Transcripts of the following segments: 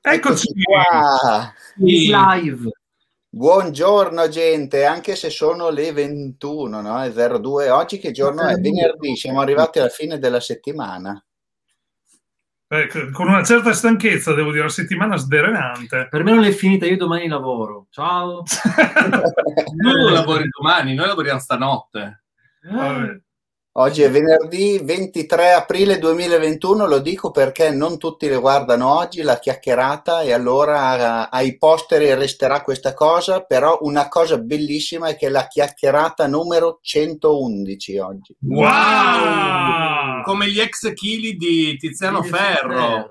Eccoci qua. Live. Buongiorno gente, anche se sono le 21, no? È 02. Oggi che giorno è? Venerdì, siamo arrivati alla fine della settimana. Con una certa stanchezza, devo dire, una settimana sdrenante. Per me non è finita, io domani lavoro. Ciao. Tu non lavori domani, noi lavoriamo stanotte. Vabbè. Oggi è venerdì 23 aprile 2021, lo dico perché non tutti le guardano oggi, la chiacchierata, e allora ai posteri resterà questa cosa, però una cosa bellissima è che la chiacchierata numero 111 oggi. Wow! Come gli ex chili di Tiziano Ferro.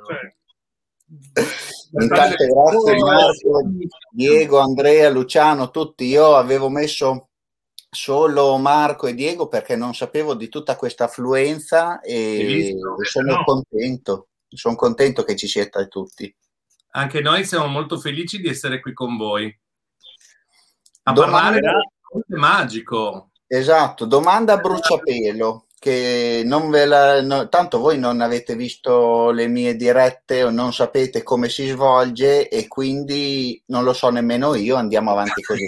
Intanto grazie Marco, Diego, Andrea, Luciano, tutti. Io avevo messo solo Marco e Diego perché non sapevo di tutta questa affluenza e sono contento che ci siete tutti. Anche noi siamo molto felici di essere qui con voi a Domanda... parlare del Conte Magico. Esatto, domanda a bruciapelo, che non tanto voi non avete visto le mie dirette o non sapete come si svolge e quindi non lo so nemmeno io, andiamo avanti così.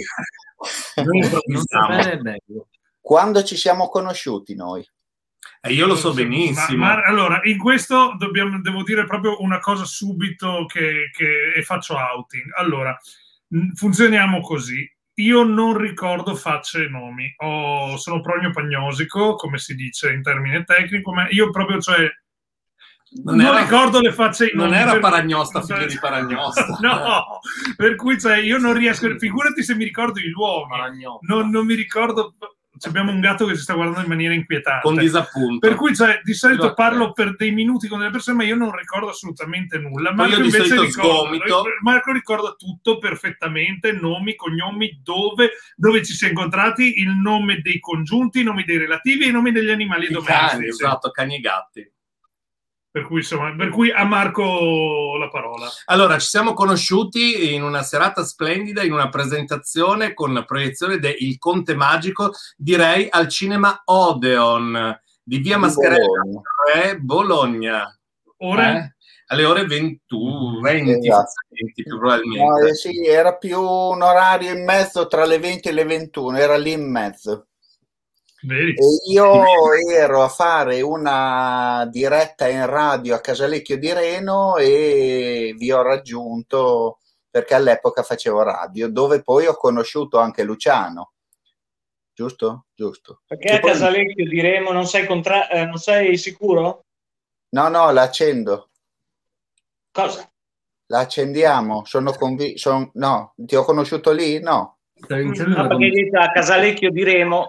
Quando ci siamo conosciuti noi? Io lo so benissimo. Ma allora, in questo devo dire proprio una cosa subito e faccio outing. Allora, funzioniamo così. Io non ricordo facce e nomi. Sono prognopagnostico, come si dice in termine tecnico, ma io proprio, cioè, non ricordo le facce e i nomi. Non era Paragnosta, figlio di Paragnosta. No, per cui, cioè, io non riesco, figurati se mi ricordo i luoghi. Non mi ricordo. Abbiamo un gatto che ci sta guardando in maniera inquietante. Con disappunto. Per cui, cioè, di solito parlo per dei minuti con delle persone, ma io non ricordo assolutamente nulla. Marco invece Marco ricorda tutto perfettamente, nomi, cognomi, dove ci siamo incontrati, il nome dei congiunti, i nomi dei relativi e i nomi degli animali domestici. Cani, esatto, cani e gatti. Per cui a Marco la parola. Allora, ci siamo conosciuti in una serata splendida, in una presentazione con proiezione del Conte Magico, direi al cinema Odeon di via Mascarella, Bologna. Ore? Alle ore 20 esatto. più probabilmente. No, sì, era più un orario in mezzo tra le 20 e le 21, era lì in mezzo. E io ero a fare una diretta in radio a Casalecchio di Reno e vi ho raggiunto perché all'epoca facevo radio, dove poi ho conosciuto anche Luciano. Giusto? Giusto. Perché a Casalecchio di Reno non sei sicuro? No, la accendo. Cosa? La accendiamo, sono convinto. No, ti ho conosciuto lì? No. No, perché hai detto a Casalecchio di Remo.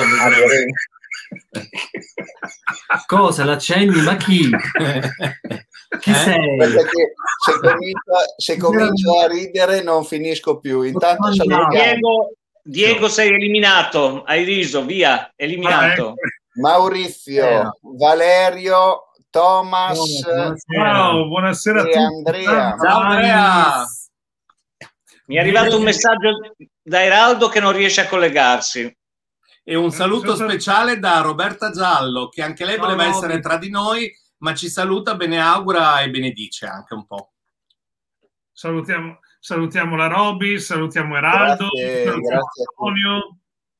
Cosa l'accendi? Ma chi? Chi sei? Se comincio a ridere non finisco più. Intanto Diego, sei eliminato, hai riso, via, eliminato. Maurizio, Valerio, Thomas, buonasera a tutti. Andrea. Ciao Andrea. Mi è arrivato un messaggio da Eraldo che non riesce a collegarsi. E un saluto speciale da Roberta Giallo, che anche lei voleva essere tra di noi, ma ci saluta, beneaugura e benedice anche un po'. Salutiamo la Roby, salutiamo Eraldo, salutiamo Antonio.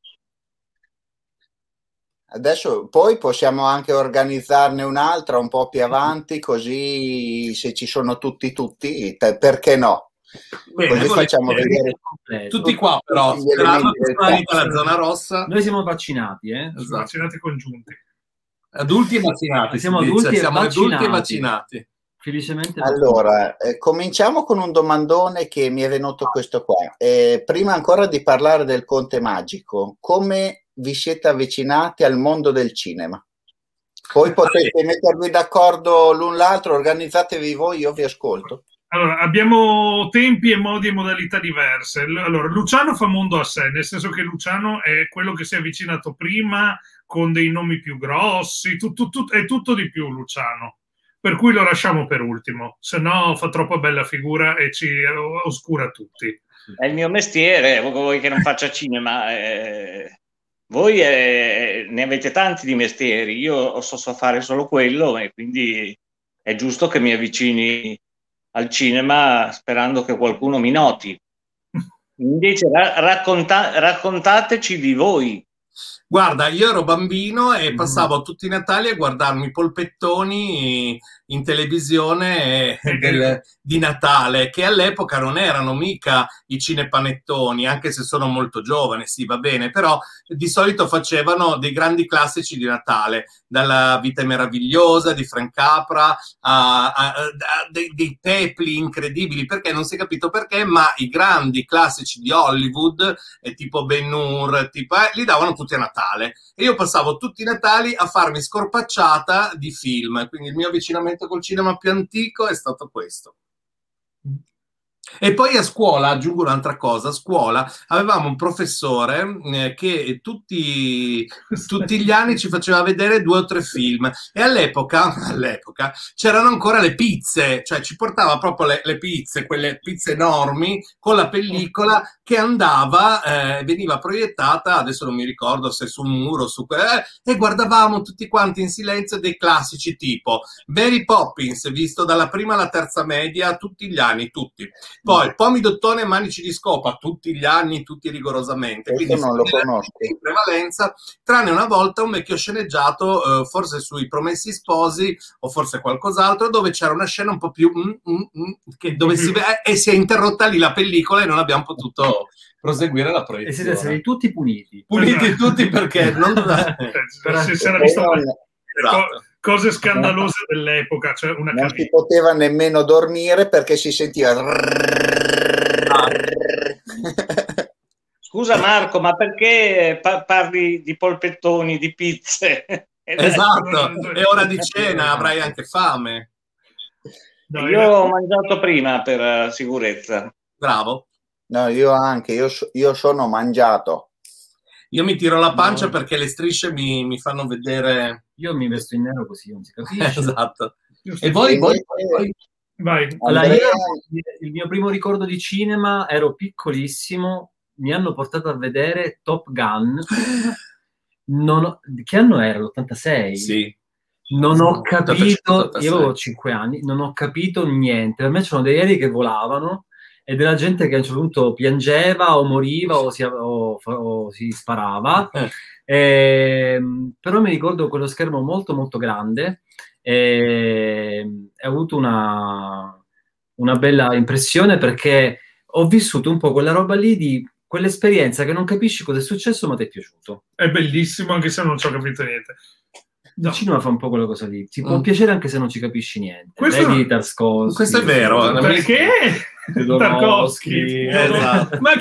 Adesso poi possiamo anche organizzarne un'altra un po' più avanti, così se ci sono tutti, perché no? Bene, così facciamo vedere tutti qua, però sperando che la zona rossa. Noi siamo vaccinati, esatto. Vaccinati congiunti, adulti e vaccinati. Siamo adulti e vaccinati. Felicemente. Allora, cominciamo con un domandone che mi è venuto questo qua. Prima ancora di parlare del Conte Magico, come vi siete avvicinati al mondo del cinema? Poi potete mettervi d'accordo l'un l'altro, organizzatevi voi, io vi ascolto. Allora, abbiamo tempi e modi e modalità diverse. Allora, Luciano fa mondo a sé, nel senso che Luciano è quello che si è avvicinato prima con dei nomi più grossi, è tutto di più Luciano. Per cui lo lasciamo per ultimo, se no fa troppo bella figura e ci oscura tutti. È il mio mestiere, voi che non faccia cinema. Voi ne avete tanti di mestieri, io so fare solo quello e quindi è giusto che mi avvicini al cinema sperando che qualcuno mi noti. Invece raccontateci di voi. Guarda, io ero bambino e passavo tutti i Natali a guardarmi i polpettoni in televisione di Natale, che all'epoca non erano mica i cinepanettoni, anche se sono molto giovane, sì, va bene, però di solito facevano dei grandi classici di Natale, dalla Vita è meravigliosa di Frank Capra a dei pepli incredibili, perché non si è capito perché, ma i grandi classici di Hollywood, tipo Ben-Hur, li davano tutti a Natale. E io passavo tutti i Natali a farmi scorpacciata di film, quindi il mio avvicinamento col cinema più antico è stato questo. E poi a scuola, aggiungo un'altra cosa, a scuola avevamo un professore che tutti gli anni ci faceva vedere 2 o 3 film, e all'epoca c'erano ancora le pizze, cioè ci portava proprio le pizze, quelle pizze enormi con la pellicola che andava, veniva proiettata, adesso non mi ricordo se sul muro, e guardavamo tutti quanti in silenzio dei classici tipo Mary Poppins, visto dalla prima alla terza media, tutti gli anni, tutti. Poi Pomidottone e Manici di Scopa, tutti gli anni, tutti rigorosamente. Questo quindi non lo conosco. In prevalenza, tranne una volta un vecchio sceneggiato, forse sui Promessi Sposi o forse qualcos'altro, dove c'era una scena un po' più dove si è interrotta lì la pellicola e non abbiamo potuto proseguire la proiezione. E siete stati tutti puniti. Puniti tutti perché non si era visto cose scandalose dell'epoca, cioè non si poteva nemmeno dormire perché si sentiva. Scusa Marco, ma perché parli di polpettoni, di pizze? Esatto, è ora di cena, avrai anche fame. No, io ho mangiato prima per sicurezza. Bravo. No, io anche, io sono mangiato. Io mi tiro la pancia perché le strisce mi fanno vedere. Io mi vesto in nero così non si capisce. Esatto. E voi? Vai. Allora, il mio primo ricordo di cinema, ero piccolissimo, mi hanno portato a vedere Top Gun. Che anno era? L'86? Sì. Non ho capito, io avevo 5 anni, non ho capito niente. Per me c'erano degli aerei che volavano e della gente che a un certo punto piangeva o moriva o si sparava. Però mi ricordo quello schermo molto molto grande e ho avuto una bella impressione perché ho vissuto un po' quella roba lì di quell'esperienza che non capisci cosa è successo ma ti è piaciuto. È bellissimo anche se non ci ho capito niente. Il cinema fa un po' quella cosa lì, ti può piacere anche se non ci capisci niente. Questo, Tarkovsky, questo è vero. Perché? Tarkovsky. Esatto. Ma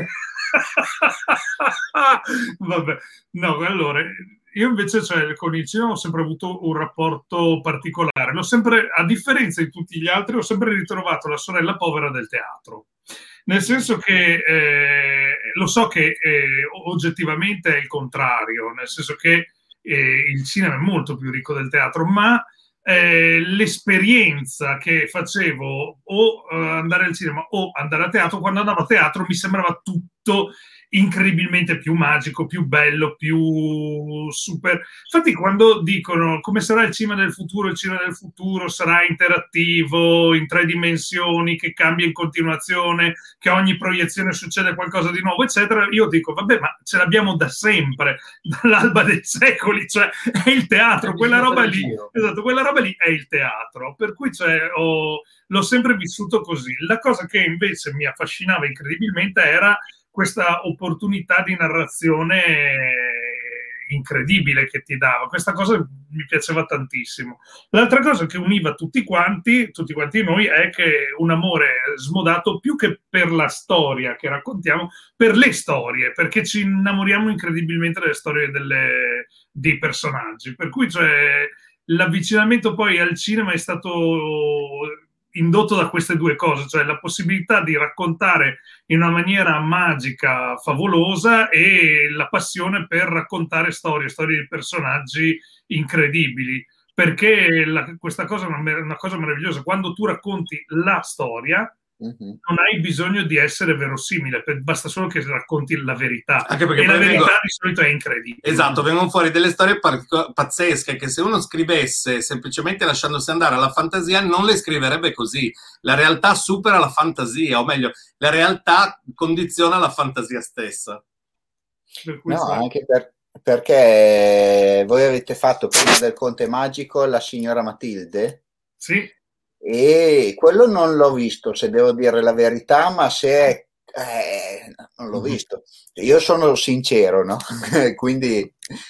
vabbè, no, allora io invece con il cinema ho sempre avuto un rapporto particolare. L'ho sempre, a differenza di tutti gli altri, ho sempre ritrovato la sorella povera del teatro. Nel senso che lo so che oggettivamente è il contrario, nel senso che il cinema è molto più ricco del teatro, ma l'esperienza che facevo o andare al cinema o andare a teatro, quando andavo a teatro mi sembrava tutto incredibilmente più magico, più bello, più super. Infatti quando dicono come sarà il cinema del futuro sarà interattivo, in 3 dimensioni, che cambia in continuazione, che ogni proiezione succede qualcosa di nuovo, eccetera, io dico vabbè, ma ce l'abbiamo da sempre, dall'alba dei secoli, cioè è il teatro, quella roba lì, esatto, quella roba lì è il teatro, per cui l'ho sempre vissuto così. La cosa che invece mi affascinava incredibilmente era questa opportunità di narrazione incredibile che ti dava. Questa cosa mi piaceva tantissimo. L'altra cosa che univa tutti quanti noi, è che un amore smodato più che per la storia che raccontiamo, per le storie, perché ci innamoriamo incredibilmente delle storie dei personaggi. Per cui l'avvicinamento poi al cinema è stato indotto da queste 2 cose, cioè la possibilità di raccontare in una maniera magica, favolosa, e la passione per raccontare storie di personaggi incredibili, perché questa cosa è una cosa meravigliosa. Quando tu racconti la storia, non hai bisogno di essere verosimile, basta solo che racconti la verità. Anche perché e la verità di solito è incredibile. Esatto, vengono fuori delle storie pazzesche che se uno scrivesse semplicemente lasciandosi andare alla fantasia non le scriverebbe così. La realtà supera la fantasia, o meglio, la realtà condiziona la fantasia stessa. No, anche perché voi avete fatto prima del Conte Magico La signora Matilde? Sì. E quello non l'ho visto, se devo dire la verità, ma se non l'ho visto. Io sono sincero, no? quindi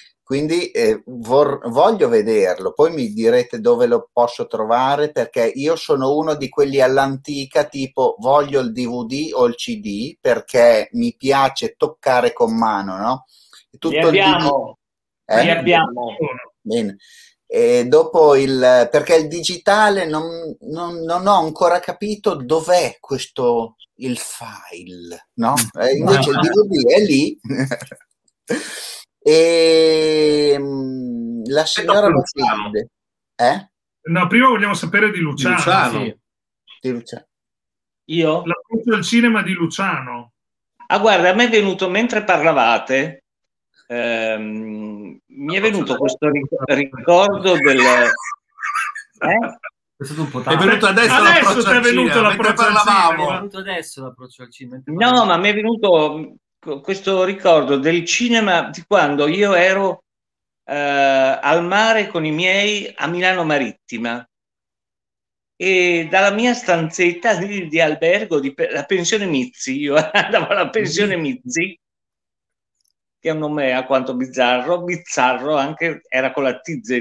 voglio vederlo, poi mi direte dove lo posso trovare, perché io sono uno di quelli all'antica, tipo voglio il DVD o il CD perché mi piace toccare con mano, no? Li abbiamo. Li abbiamo. Bene. E dopo perché il digitale non ho ancora capito dov'è il file, no? Invece il DVD è lì. E la signora Matilde, No, prima vogliamo sapere di Luciano. Sì. Di Luciano. Io? L'appunto del cinema di Luciano. Guarda, a me è venuto mentre parlavate. Mi è venuto questo ricordo del è venuto adesso l'approccio al cinema mentre parlavamo. È venuto adesso l'approccio al cinema. No, ma mi è venuto questo ricordo del cinema di quando io ero al mare con i miei a Milano Marittima, e dalla mia stanzetta di albergo la pensione Mizzi, io andavo alla pensione Mizzi, che è un nome alquanto bizzarro, anche era con la TZ,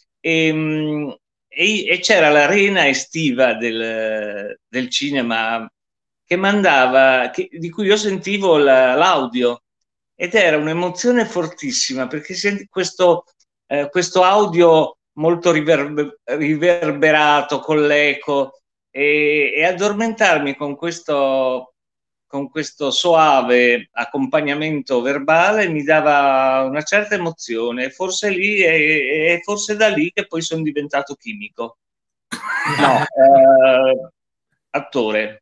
e c'era l'arena estiva del cinema che mandava, di cui io sentivo l'audio, ed era un'emozione fortissima, perché senti questo audio molto riverberato con l'eco, e addormentarmi con questo soave accompagnamento verbale mi dava una certa emozione. Forse lì è forse da lì che poi sono diventato chimico, attore.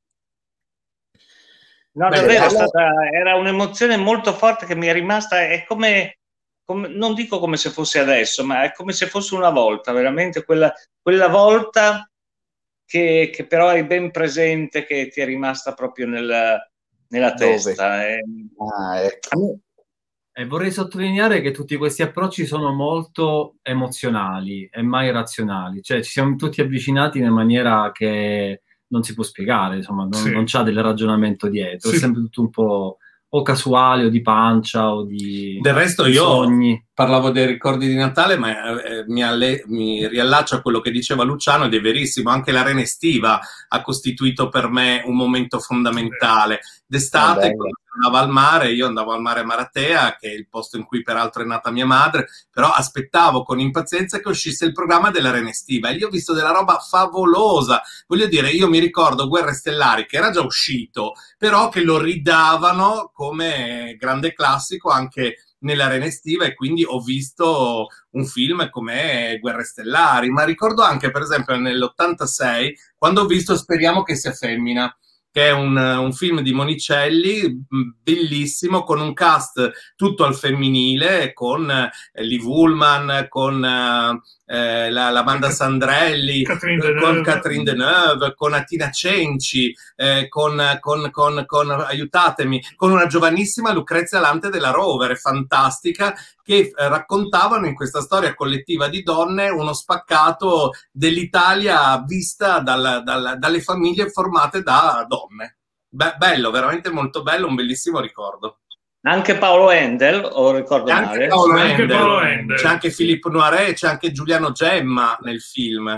No, davvero, era un'emozione molto forte che mi è rimasta, è come non dico come se fosse adesso, ma è come se fosse una volta, veramente quella volta che però hai ben presente, che ti è rimasta proprio nella testa. Ecco. E vorrei sottolineare che tutti questi approcci sono molto emozionali e mai razionali, cioè ci siamo tutti avvicinati in una maniera che non si può spiegare, insomma, non c'ha del ragionamento dietro, è sempre tutto un po' o casuale o di pancia o di del resto di io sogni. Parlavo dei ricordi di Natale, ma mi riallaccio a quello che diceva Luciano, ed è verissimo, anche l'arena estiva ha costituito per me un momento fondamentale. D'estate, quando andavo al mare, io andavo al mare a Maratea, che è il posto in cui peraltro è nata mia madre, però aspettavo con impazienza che uscisse il programma dell'arena estiva, e io ho visto della roba favolosa. Voglio dire, io mi ricordo Guerre Stellari, che era già uscito, però che lo ridavano come grande classico anche nell'arena estiva, e quindi ho visto un film come Guerre Stellari, ma ricordo anche per esempio nell'86 quando ho visto Speriamo che sia femmina, che è un film di Monicelli bellissimo, con un cast tutto al femminile, con Liv Ullmann, con l'Amanda Sandrelli, con Catherine Deneuve, con Atina Cenci, con aiutatemi, con una giovanissima Lucrezia Lante della Rovere, fantastica, che raccontavano in questa storia collettiva di donne uno spaccato dell'Italia vista dalle famiglie formate da donne. Bello, veramente molto bello, un bellissimo ricordo. Anche Paolo Endel, o ricordo male? Paolo Endel. C'è anche Philippe Noiret, c'è anche Giuliano Gemma nel film.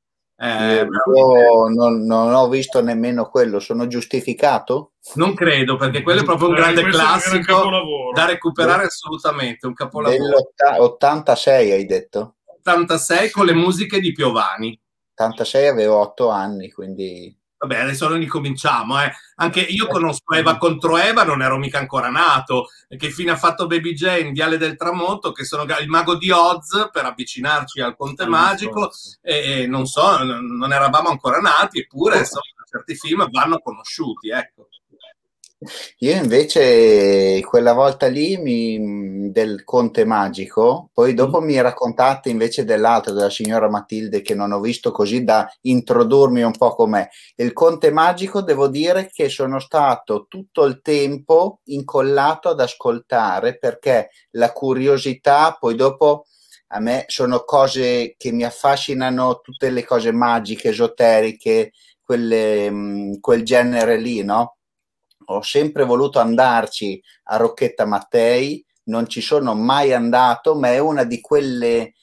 Io non ho visto nemmeno quello, sono giustificato? Non credo, perché quello è proprio un grande classico da recuperare assolutamente, un capolavoro. Dell'86 hai detto? 86 con le musiche di Piovani. 86 avevo 8 anni, quindi... Vabbè, adesso non ricominciamo, Anche io conosco Eva contro Eva, non ero mica ancora nato. Che fine ha fatto Baby Jane, Viale del Tramonto, che sono il mago di Oz, per avvicinarci al Conte Magico, e non so, non eravamo ancora nati, eppure insomma, certi film vanno conosciuti, ecco. Io invece quella volta lì del Conte Magico, poi dopo mi raccontate invece dell'altro, della signora Matilde, che non ho visto, così da introdurmi un po' com'è. Il Conte Magico, devo dire che sono stato tutto il tempo incollato ad ascoltare, perché la curiosità, poi dopo a me sono cose che mi affascinano, tutte le cose magiche, esoteriche, quel genere lì, no? Ho sempre voluto andarci a Rocchetta Mattei, non ci sono mai andato, ma è una di quelle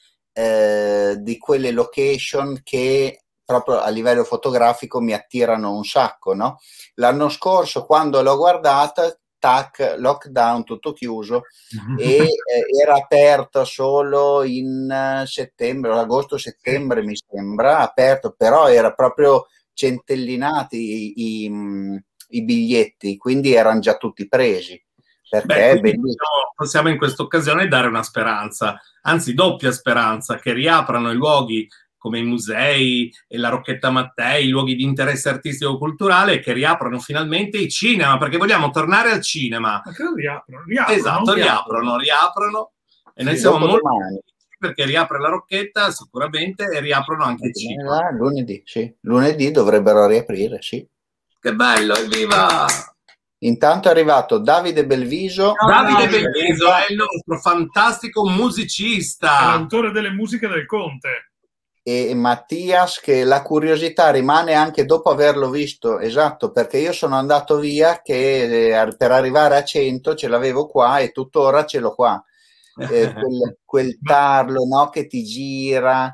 location che proprio a livello fotografico mi attirano un sacco, no? L'anno scorso, quando l'ho guardata, tac, lockdown, tutto chiuso, e era aperto solo in settembre, agosto-settembre mi sembra, aperto, però era proprio centellinati i biglietti, quindi erano già tutti presi. Perché possiamo in questa occasione dare una speranza, anzi doppia speranza, che riaprano i luoghi come i musei e la Rocchetta Mattei, i luoghi di interesse artistico-culturale, che riaprano finalmente i cinema, perché vogliamo tornare al cinema. Ma credo riaprono. Esatto, riaprono. E noi siamo molto felici perché riapre la Rocchetta sicuramente e riaprono anche i cinema. Lunedì, sì. Lunedì dovrebbero riaprire, sì. Che bello, evviva! Intanto è arrivato Davide Belviso. Davide Belviso è il nostro fantastico musicista. È l'autore delle musiche del Conte. E Mattias, che la curiosità rimane anche dopo averlo visto, esatto, perché io sono andato via che per arrivare a 100 ce l'avevo qua e tuttora ce l'ho qua. Quel tarlo, no, che ti gira.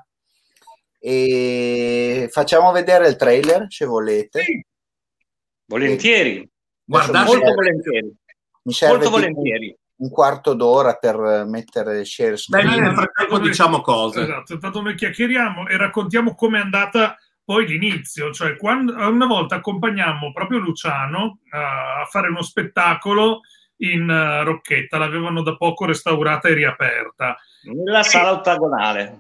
E facciamo vedere il trailer, se volete. Sì. Volentieri. Guardate, molto volentieri. Mi serve molto volentieri. Un quarto d'ora per mettere share screen. Nel frattempo diciamo cose. Esatto, intanto noi chiacchieriamo e raccontiamo com'è andata poi l'inizio, cioè quando una volta accompagnammo proprio Luciano a fare uno spettacolo in Rocchetta, l'avevano da poco restaurata e riaperta. Nella sala ottagonale.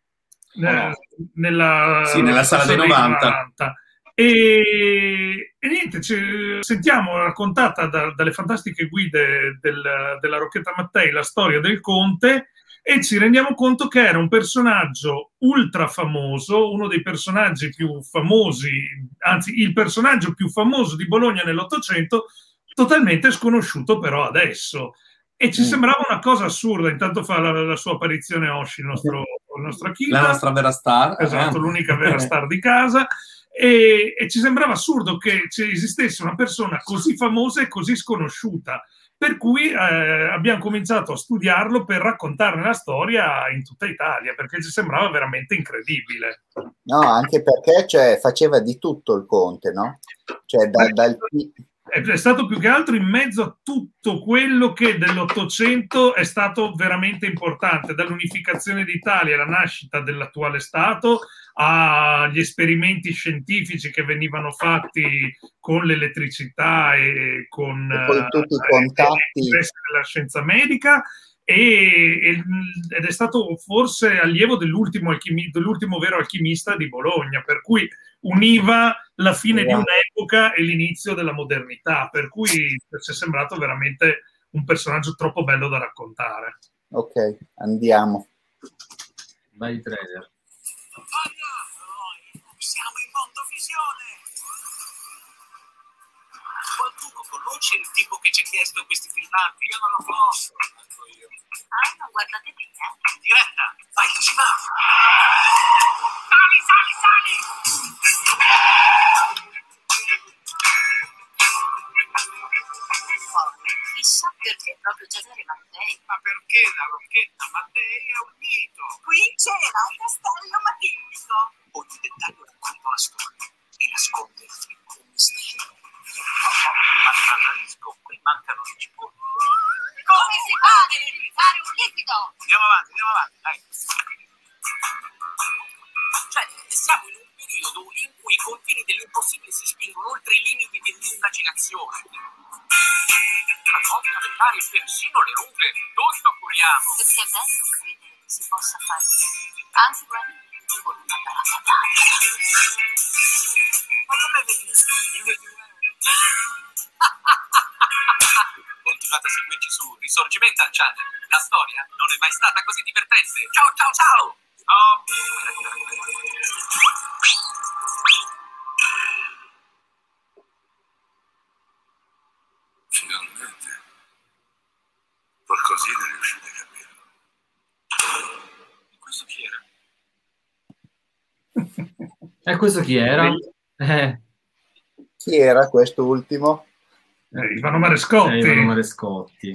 Nella sala dei 90. E niente, sentiamo raccontata dalle fantastiche guide della Rocchetta Mattei la storia del Conte e ci rendiamo conto che era un personaggio ultra famoso, uno dei personaggi più famosi, anzi il personaggio più famoso di Bologna nell'Ottocento, totalmente sconosciuto però adesso. E ci sembrava una cosa assurda. Intanto fa la sua apparizione Oshi, il nostro Akita, la nostra vera star. Esatto, l'unica vera star di casa. E ci sembrava assurdo che esistesse una persona così famosa e così sconosciuta, per cui abbiamo cominciato a studiarlo per raccontarne la storia in tutta Italia, perché ci sembrava veramente incredibile. No, anche perché faceva di tutto il Conte, no? È stato più che altro in mezzo a tutto quello che dell'Ottocento è stato veramente importante, dall'unificazione d'Italia, la nascita dell'attuale Stato, agli esperimenti scientifici che venivano fatti con l'elettricità e con tutti i contatti della scienza medica, ed è stato forse allievo dell'ultimo vero alchimista di Bologna, per cui univa la fine di un'epoca e l'inizio della modernità, per cui ci è sembrato veramente un personaggio troppo bello da raccontare. Ok, andiamo. Vai trailer. Siamo in Mondovisione. Qualcuno conosce il tipo che ci ha chiesto questi filmati? Io non lo conosco. Non guardate bene. Diretta, vai che ci va. Sali, sali, sali. Chissà perché proprio Cesare Mattei. Ma perché la Rocchetta Mattei è un mito? Qui c'era un castello magnifico. Ogni dettaglio racconta una storia e nasconde il film del mistero. Ma Francesco, qui mancano le cipolle. Come si fa a utilizzare un liquido? Andiamo avanti, dai. Cioè, siamo in un periodo in cui i confini dell'impossibile si spingono oltre i limiti dell'immaginazione. La cosa mentale, persino le rughe, tutto curiamo. Perché a me non crede si possa fare anche con una baracca. Ma come avete visto? Risorgimental Channel. La storia non è mai stata così divertente. Ciao, ciao, ciao! Oh. Finalmente qualcosina riuscite a capirlo. E questo chi era? E questo chi era? Chi era questo ultimo? Ivano Marescotti. Ivano Marescotti.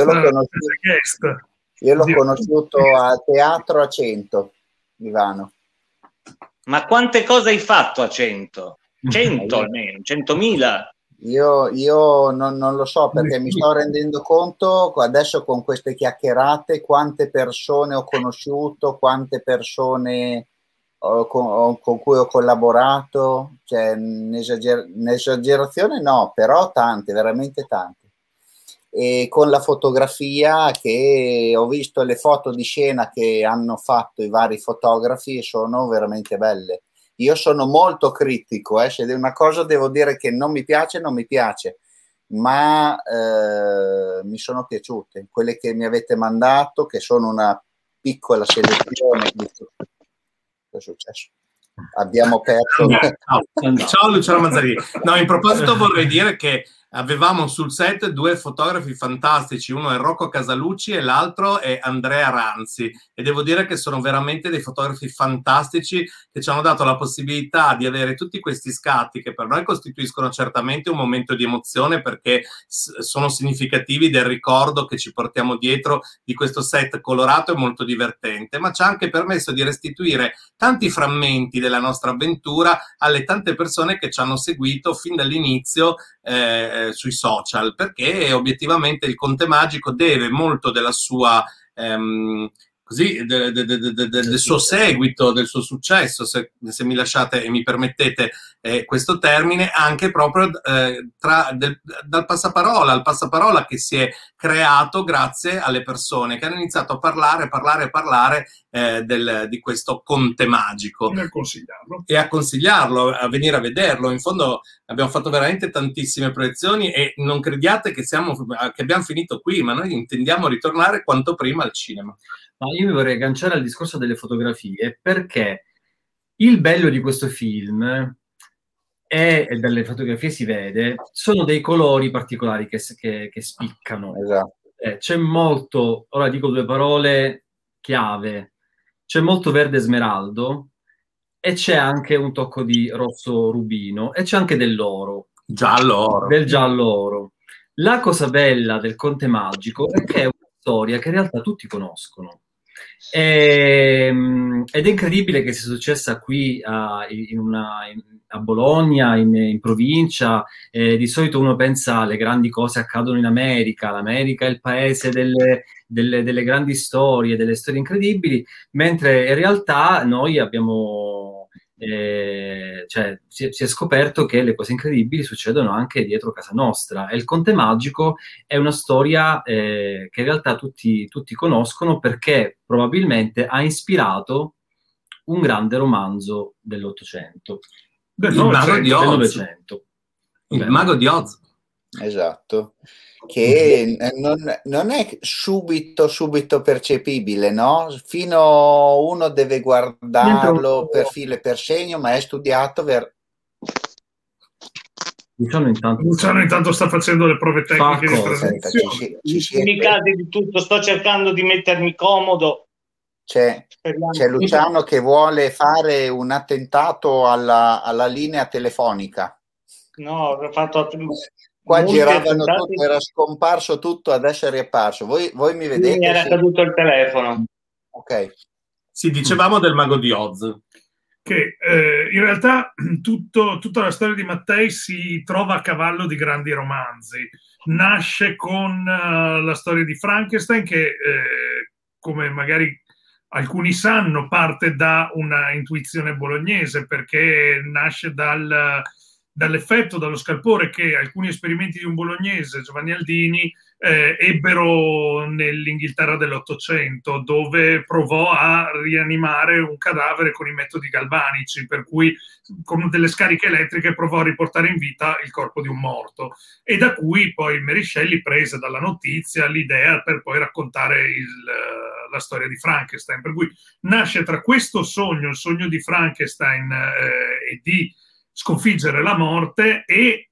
Io l'ho conosciuto a Teatro a 100, Ivano. Ma quante cose hai fatto a 100? 100 almeno, 100.000? Io non lo so, perché mi sto rendendo conto adesso con queste chiacchierate quante persone ho conosciuto, quante persone con cui ho collaborato, cioè un'esagerazione no, però tante, veramente tante. E con la fotografia, che ho visto le foto di scena che hanno fatto i vari fotografi, sono veramente belle. Io sono molto critico, se una cosa devo dire che non mi piace, non mi piace, ma mi sono piaciute quelle che mi avete mandato, che sono una piccola selezione. Che è successo? Abbiamo perso. Ciao Luciano Mazzarini. No, in proposito vorrei dire che avevamo sul set due fotografi fantastici, uno è Rocco Casalucci e l'altro è Andrea Ranzi, e devo dire che sono veramente dei fotografi fantastici che ci hanno dato la possibilità di avere tutti questi scatti che per noi costituiscono certamente un momento di emozione, perché sono significativi del ricordo che ci portiamo dietro di questo set colorato e molto divertente, ma ci ha anche permesso di restituire tanti frammenti della nostra avventura alle tante persone che ci hanno seguito fin dall'inizio sui social, perché obiettivamente il Conte Magico deve molto della sua del suo seguito, del suo successo, se mi lasciate e mi permettete questo termine, anche proprio dal passaparola, al passaparola che si è creato grazie alle persone che hanno iniziato a parlare di questo Conte Magico e a consigliarlo, a venire a vederlo. In fondo abbiamo fatto veramente tantissime proiezioni e non crediate che abbiamo finito qui, ma noi intendiamo ritornare quanto prima al cinema. Ma io mi vorrei agganciare al discorso delle fotografie, perché il bello di questo film, e dalle fotografie si vede, sono dei colori particolari che spiccano. Esatto. C'è molto, ora dico due parole chiave, c'è molto verde smeraldo e c'è anche un tocco di rosso rubino e c'è anche dell'oro. Del giallo oro. La cosa bella del Conte Magico è che è una storia che in realtà tutti conoscono. Ed è incredibile che sia successa qui a Bologna, in provincia. Di solito uno pensa alle grandi cose accadono in America, l'America è il paese delle grandi storie, delle storie incredibili, mentre in realtà noi abbiamo, cioè, si è scoperto che le cose incredibili succedono anche dietro casa nostra, e il Conte Magico è una storia che in realtà tutti conoscono, perché probabilmente ha ispirato un grande romanzo dell'Ottocento. Il Mago di Oz. Il Mago di Oz. Esatto, che non è subito percepibile, no? Fino uno deve guardarlo per filo e per segno, ma è studiato Luciano intanto sta facendo le prove tecniche di presentazione. In casi di tutto sto cercando di mettermi comodo. C'è Luciano che vuole fare un attentato alla linea telefonica. No, ho fatto qua giravano tutto, era scomparso tutto, adesso è riapparso. Voi mi vedete? Mi era caduto il telefono. Ok. Sì, dicevamo del Mago di Oz. Che in realtà tutta la storia di Mattei si trova a cavallo di grandi romanzi. Nasce con la storia di Frankenstein, che come magari alcuni sanno parte da una intuizione bolognese, perché nasce dall'effetto, dallo scalpore che alcuni esperimenti di un bolognese, Giovanni Aldini, ebbero nell'Inghilterra dell'Ottocento, dove provò a rianimare un cadavere con i metodi galvanici, per cui con delle scariche elettriche provò a riportare in vita il corpo di un morto, e da cui poi Mary Shelley prese dalla notizia l'idea per poi raccontare la storia di Frankenstein, per cui nasce tra questo sogno, il sogno di Frankenstein e di sconfiggere la morte, e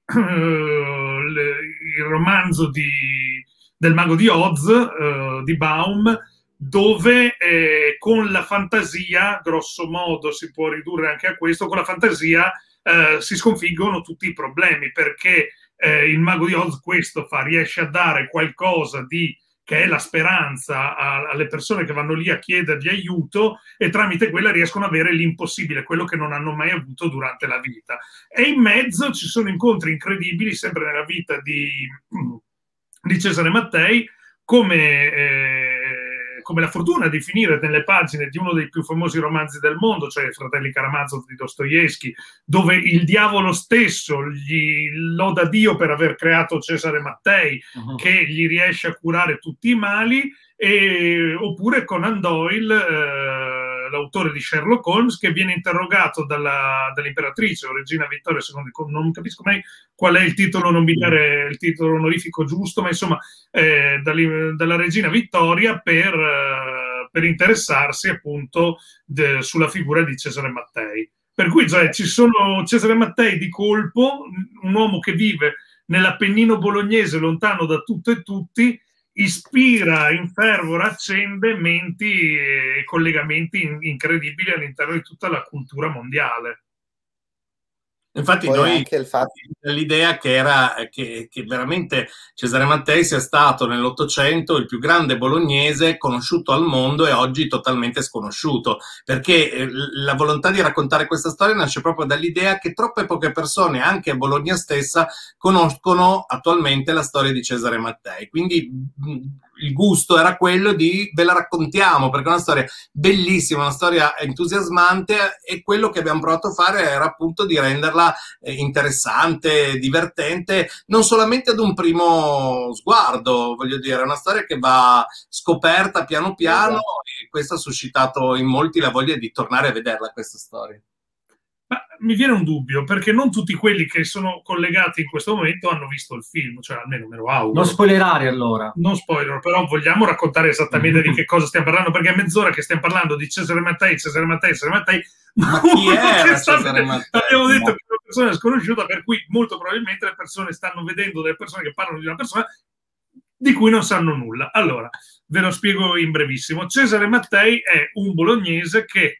il romanzo del Mago di Oz di Baum, dove con la fantasia, grosso modo si può ridurre anche a questo, con la fantasia si sconfiggono tutti i problemi, perché il Mago di Oz questo fa, riesce a dare qualcosa che è la speranza alle persone che vanno lì a chiedergli aiuto, e tramite quella riescono ad avere l'impossibile, quello che non hanno mai avuto durante la vita. E in mezzo ci sono incontri incredibili, sempre nella vita di Cesare Mattei, come la fortuna di finire nelle pagine di uno dei più famosi romanzi del mondo, cioè Fratelli Karamazov di Dostoevskij, dove il diavolo stesso gli loda Dio per aver creato Cesare Mattei, che gli riesce a curare tutti i mali, oppure Conan Doyle, l'autore di Sherlock Holmes, che viene interrogato dall'imperatrice o regina Vittoria, non capisco mai qual è il titolo nobiliare, il titolo onorifico giusto, ma insomma dalla regina Vittoria per interessarsi appunto sulla figura di Cesare Mattei. Per cui ci sono Cesare Mattei di colpo, un uomo che vive nell'Appennino bolognese, lontano da tutto e tutti, ispira, infervora, accende menti e collegamenti incredibili all'interno di tutta la cultura mondiale. Infatti poi noi l'idea che era che veramente Cesare Mattei sia stato nell'Ottocento il più grande bolognese conosciuto al mondo e oggi totalmente sconosciuto, perché la volontà di raccontare questa storia nasce proprio dall'idea che troppe poche persone, anche a Bologna stessa, conoscono attualmente la storia di Cesare Mattei. Quindi il gusto era quello di ve la raccontiamo, perché è una storia bellissima, una storia entusiasmante, e quello che abbiamo provato a fare era appunto di renderla interessante, divertente, non solamente ad un primo sguardo, voglio dire, è una storia che va scoperta piano piano, e questo ha suscitato in molti la voglia di tornare a vederla questa storia. Ma mi viene un dubbio, perché non tutti quelli che sono collegati in questo momento hanno visto il film, cioè almeno me lo auguro. Non spoilerare allora. Non spoiler, però vogliamo raccontare esattamente di che cosa stiamo parlando, perché è mezz'ora che stiamo parlando di Cesare Mattei. Ma chi era Cesare Mattei? Abbiamo detto che è una persona sconosciuta, per cui molto probabilmente le persone stanno vedendo delle persone che parlano di una persona di cui non sanno nulla. Allora, ve lo spiego in brevissimo. Cesare Mattei è un bolognese che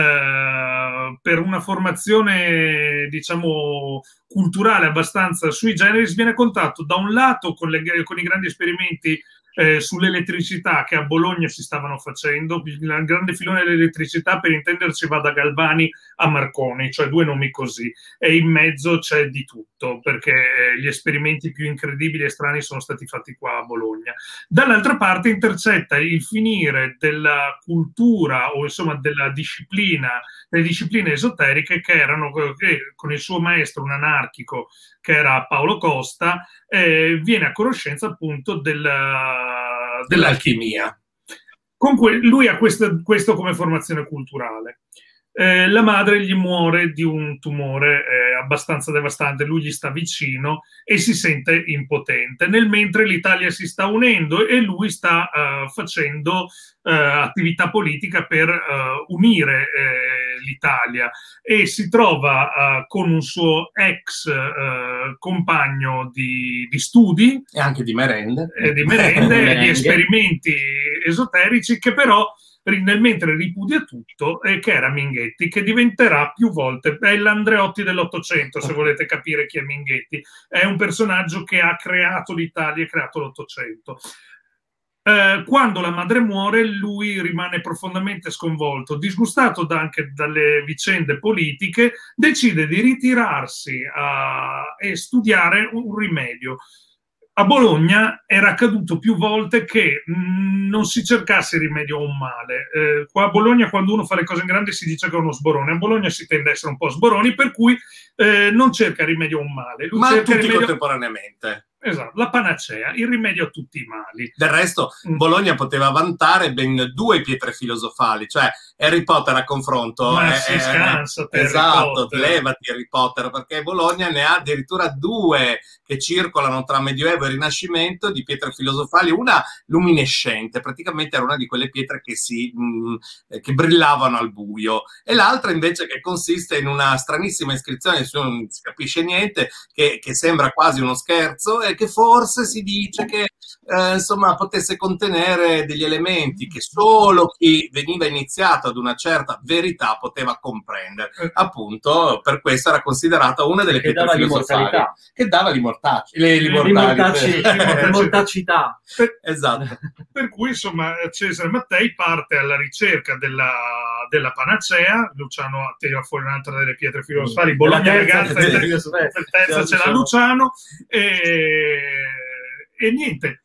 per una formazione, diciamo, culturale abbastanza sui generis, viene a contatto da un lato con i grandi esperimenti sull'elettricità che a Bologna si stavano facendo. Il grande filone dell'elettricità, per intenderci, va da Galvani a Marconi, cioè due nomi così, e in mezzo c'è di tutto, perché gli esperimenti più incredibili e strani sono stati fatti qua a Bologna. Dall'altra parte intercetta il finire della cultura, o insomma delle discipline esoteriche che con il suo maestro, un anarchico che era Paolo Costa, viene a conoscenza appunto dell'alchimia. Lui ha questo come formazione culturale. La madre gli muore di un tumore abbastanza devastante, lui gli sta vicino e si sente impotente, mentre l'Italia si sta unendo e lui sta facendo attività politica per unire l'Italia, e si trova con un suo ex compagno di studi e anche di merende e di esperimenti esoterici, che però mentre ripudia tutto, che era Minghetti, che diventerà più volte, è l'Andreotti dell'Ottocento, se volete capire chi è Minghetti. È un personaggio che ha creato l'Italia e creato l'Ottocento. Quando la madre muore, lui rimane profondamente sconvolto, disgustato anche dalle vicende politiche, decide di ritirarsi e studiare un rimedio. A Bologna era accaduto più volte che non si cercasse rimedio a un male. Qua a Bologna, quando uno fa le cose in grande, si dice che è uno sborone. A Bologna si tende a essere un po' sboroni, per cui non cerca rimedio a un male. Lui ma cerca tutti contemporaneamente. Esatto, la panacea, il rimedio a tutti i mali. Del resto, Bologna poteva vantare ben 2 pietre filosofali, cioè Harry Potter a confronto. Ma si scansa per esatto, levati Harry Potter, perché Bologna ne ha addirittura 2 che circolano tra Medioevo e Rinascimento di pietre filosofali, una luminescente, praticamente era una di quelle pietre che brillavano al buio, e l'altra invece che consiste in una stranissima iscrizione, su non si capisce niente, che sembra quasi uno scherzo, e che forse si dice che insomma potesse contenere degli elementi che solo chi veniva iniziato ad una certa verità poteva comprendere. Appunto, per questo era considerata una delle pietre filosofali che dava l'immortacità. Esatto. Per cui insomma Cesare Mattei parte alla ricerca della panacea. Luciano tira fuori un'altra delle pietre filosofali, Bologna ragazza, terza ce l'ha Luciano, e niente,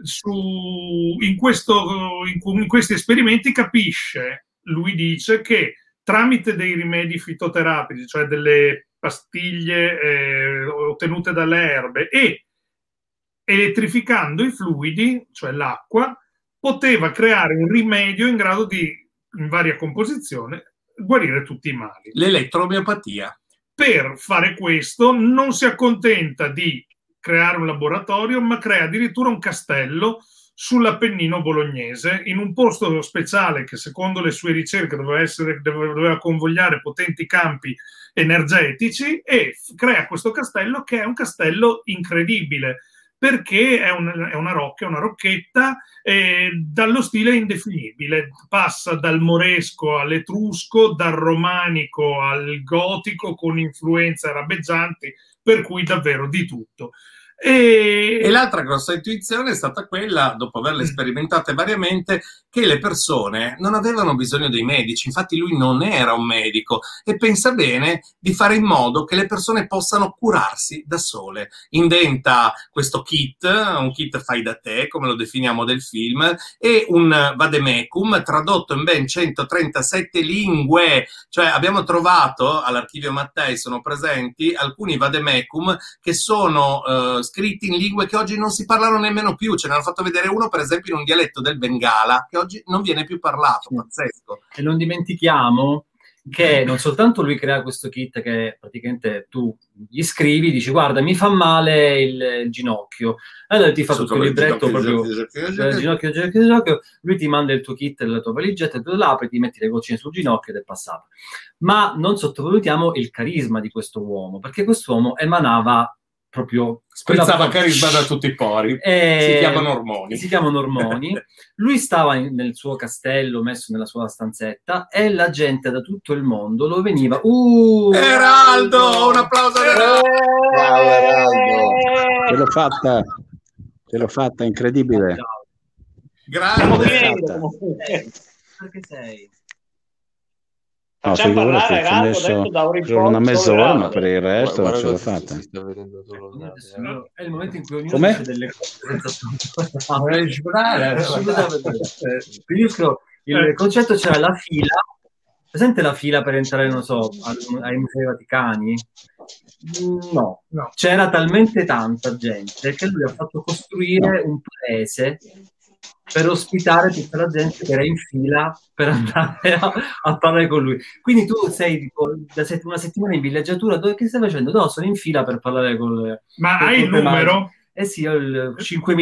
in questi esperimenti capisce, lui dice, che tramite dei rimedi fitoterapici, cioè delle pastiglie ottenute dalle erbe, e elettrificando i fluidi, cioè l'acqua, poteva creare un rimedio in grado di, in varia composizione, guarire tutti i mali. L'elettromiopatia. Per fare questo non si accontenta di creare un laboratorio, ma crea addirittura un castello sull'Appennino bolognese, in un posto speciale che secondo le sue ricerche doveva convogliare potenti campi energetici, e crea questo castello, che è un castello incredibile, perché è una rocchetta dallo stile indefinibile, passa dal moresco all'etrusco, dal romanico al gotico, con influenze arabeggianti, per cui davvero di tutto. E l'altra grossa intuizione è stata quella, dopo averle sperimentate variamente, che le persone non avevano bisogno dei medici. Infatti lui non era un medico, e pensa bene di fare in modo che le persone possano curarsi da sole. Inventa questo kit, un kit fai da te, come lo definiamo del film, e un vademecum tradotto in ben 137 lingue. Cioè abbiamo trovato all'Archivio Mattei, sono presenti alcuni vademecum che sono scritti in lingue che oggi non si parlano nemmeno più. Ce ne hanno fatto vedere uno, per esempio, in un dialetto del Bengala, che oggi non viene più parlato. Pazzesco. E non dimentichiamo che non soltanto lui crea questo kit, che praticamente tu gli scrivi, dici guarda mi fa male il ginocchio, allora ti fa tutto il libretto proprio ginocchio, lui ti manda il tuo kit, la tua valigetta, tu l'apri, ti metti le goccine sul ginocchio ed è passato. Ma non sottovalutiamo il carisma di questo uomo, perché quest'uomo emanava proprio, sprizzava carisma da tutti i pori. Si chiamano ormoni. Lui stava nel suo castello, messo nella sua stanzetta, e la gente da tutto il mondo lo veniva. Eraldo, un applauso a Eraldo. Ciao Eraldo. Ce l'ho fatta, incredibile. Grazie. Perché sei? Facciamo parlare Eraldo da una mezz'ora, ma per il resto ce l'ho fatta. È il momento in cui ognuno dice delle cose. Il concetto c'era la fila, presente la fila per entrare, non so, ai Musei Vaticani? No, c'era talmente tanta gente che lui ha fatto costruire un paese per ospitare tutta la gente che era in fila per andare a parlare con lui. Quindi tu sei tipo, da una settimana in villeggiatura, che stai facendo? No, sono in fila per parlare con... Ma hai il numero? Sì, ho il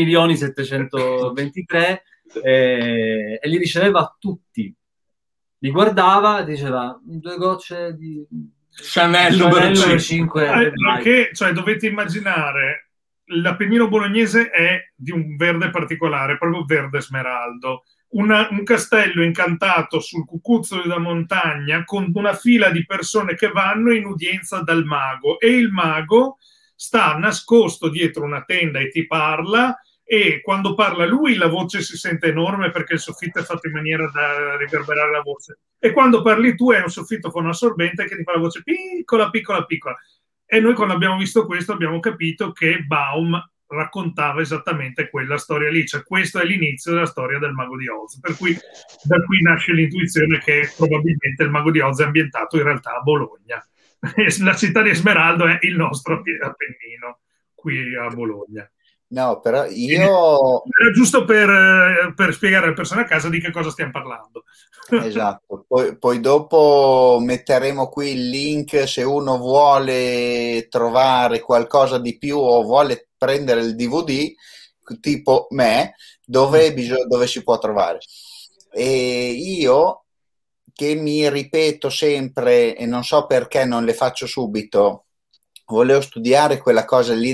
5.723 e li riceveva tutti. Li guardava e diceva 2 gocce di Chanel numero 5. Perché, cioè, dovete immaginare, l'Appennino bolognese è di un verde particolare, proprio verde smeraldo. Un castello incantato sul cucuzzolo della montagna, con una fila di persone che vanno in udienza dal mago, e il mago sta nascosto dietro una tenda e ti parla, e quando parla lui la voce si sente enorme perché il soffitto è fatto in maniera da riverberare la voce, e quando parli tu è un soffitto con assorbente che ti fa la voce piccola piccola piccola. E noi, quando abbiamo visto questo, abbiamo capito che Baum raccontava esattamente quella storia lì, cioè questo è l'inizio della storia del Mago di Oz, per cui da qui nasce l'intuizione che probabilmente il Mago di Oz è ambientato in realtà a Bologna. La città di Esmeraldo è il nostro Appennino qui a Bologna. No, però io... Era giusto per spiegare alle persone a casa di che cosa stiamo parlando. Esatto, poi dopo metteremo qui il link se uno vuole trovare qualcosa di più o vuole prendere il DVD, tipo me, dove si può trovare. E io, che mi ripeto sempre, e non so perché non le faccio subito, volevo studiare quella cosa lì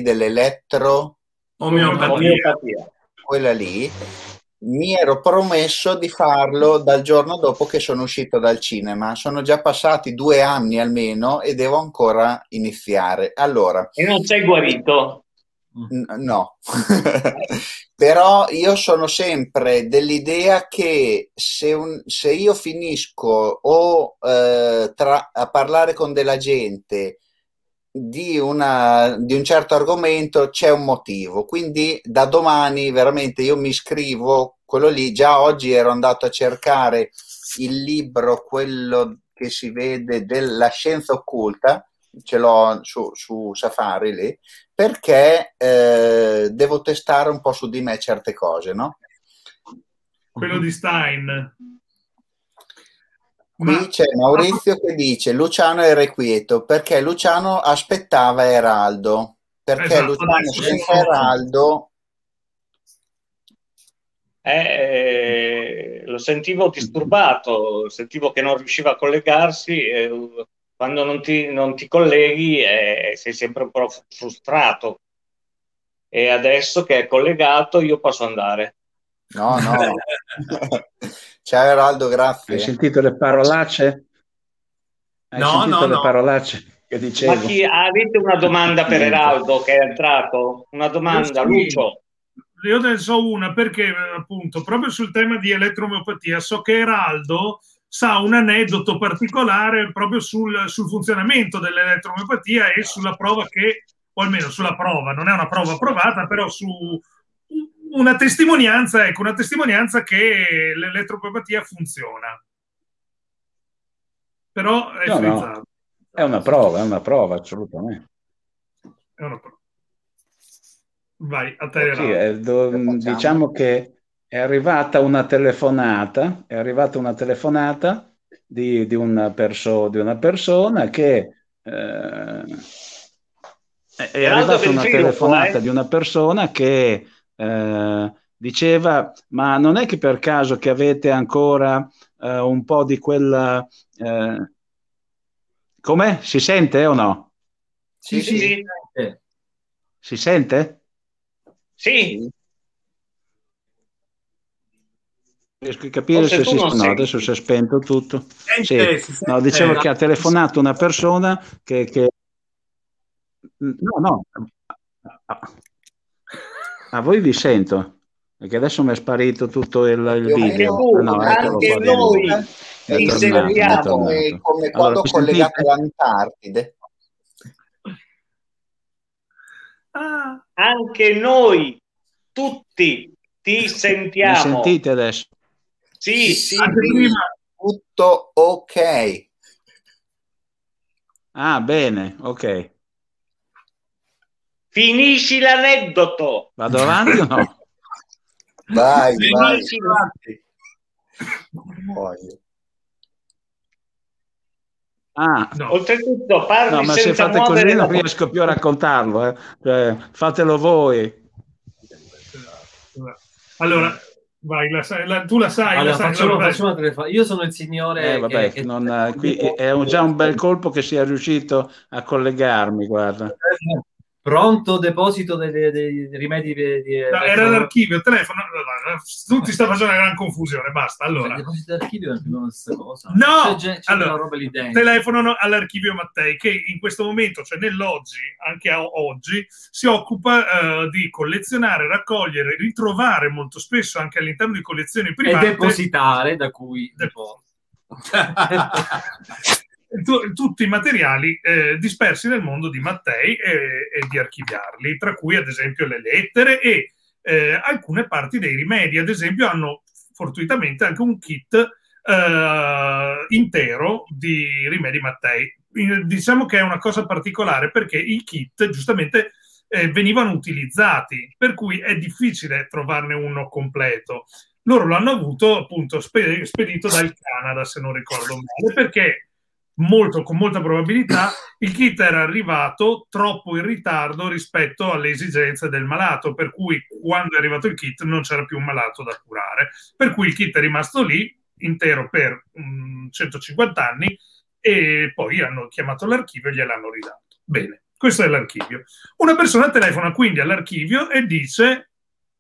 Omeopatia. Quella lì, mi ero promesso di farlo dal giorno dopo che sono uscito dal cinema. Sono già passati 2 anni almeno e devo ancora iniziare. Allora, e non sei guarito? No. Però io sono sempre dell'idea che se io finisco a parlare con della gente di un certo argomento, c'è un motivo, quindi da domani veramente io mi iscrivo, quello lì. Già oggi ero andato a cercare il libro, quello che si vede della scienza occulta, ce l'ho su Safari lì, perché devo testare un po' su di me certe cose, no? Quello di Stein. Qui c'è Maurizio che dice Luciano è irrequieto perché Luciano aspettava Eraldo, perché esatto, Luciano senza Eraldo lo sentivo disturbato, sentivo che non riusciva a collegarsi, quando non ti colleghi sei sempre un po' frustrato, e adesso che è collegato io posso andare. No. Ciao Eraldo, grazie. Hai sentito le parolacce? Le parolacce che dicevo? Ma avete una domanda per Eraldo che è entrato? Una domanda, Lucio? Io ne so una, perché appunto proprio sul tema di elettromeopatia so che Eraldo sa un aneddoto particolare proprio sul funzionamento dell'elettromeopatia e sulla prova o almeno sulla prova, non è una prova provata, però su una testimonianza che l'elettromeopatia funziona. Però è no. È una prova, assolutamente. È una prova. Vai, a te. Sì, diciamo che è arrivata una telefonata di una persona che è arrivata una telefonata di una persona che diceva: ma non è che per caso che avete ancora un po' di quella com'è? Si sente o no? Sì. Si sente? Sì. Riesco a capire se si... No, adesso si è spento tutto. Sì. No, dicevo che ha telefonato una persona che... No. A voi vi sento, perché adesso mi è sparito tutto il video. Anche noi ti sentiamo. Come quando ho collegato l'Antartide. Anche noi tutti ti sentiamo. Mi sentite adesso? Sì. Tutto ok. Ah, bene, ok. Finisci l'aneddoto. Vado avanti o no? Vai. No. Oltretutto parli no, ma senza se fate così non riesco più a raccontarlo, Cioè, fatelo voi. Allora, vai, tu la sai. Allora, facciamo io sono il signore qui è già un bel colpo che sia riuscito a collegarmi, guarda. Pronto deposito dei rimedi era l'archivio, telefono, tutti sta facendo una gran confusione, basta. Allora, il deposito d'archivio è una stessa cosa. No, c'è allora, roba lì dentro. Telefonano all'archivio Mattei, che in questo momento, cioè nell'oggi, anche oggi, si occupa di collezionare, raccogliere, ritrovare molto spesso anche all'interno di collezioni private e depositare, da cui tutti i materiali dispersi nel mondo di Mattei e di archiviarli, tra cui ad esempio le lettere e alcune parti dei rimedi. Ad esempio hanno fortuitamente anche un kit intero di rimedi Mattei. Diciamo che è una cosa particolare perché i kit giustamente venivano utilizzati, per cui è difficile trovarne uno completo. Loro l'hanno avuto appunto spedito dal Canada, se non ricordo male, perché con molta probabilità il kit era arrivato troppo in ritardo rispetto alle esigenze del malato, per cui quando è arrivato il kit non c'era più un malato da curare, per cui il kit è rimasto lì intero per 150 anni e poi hanno chiamato l'archivio e gliel'hanno ridato. Bene, questo è l'archivio. Una persona telefona quindi all'archivio e dice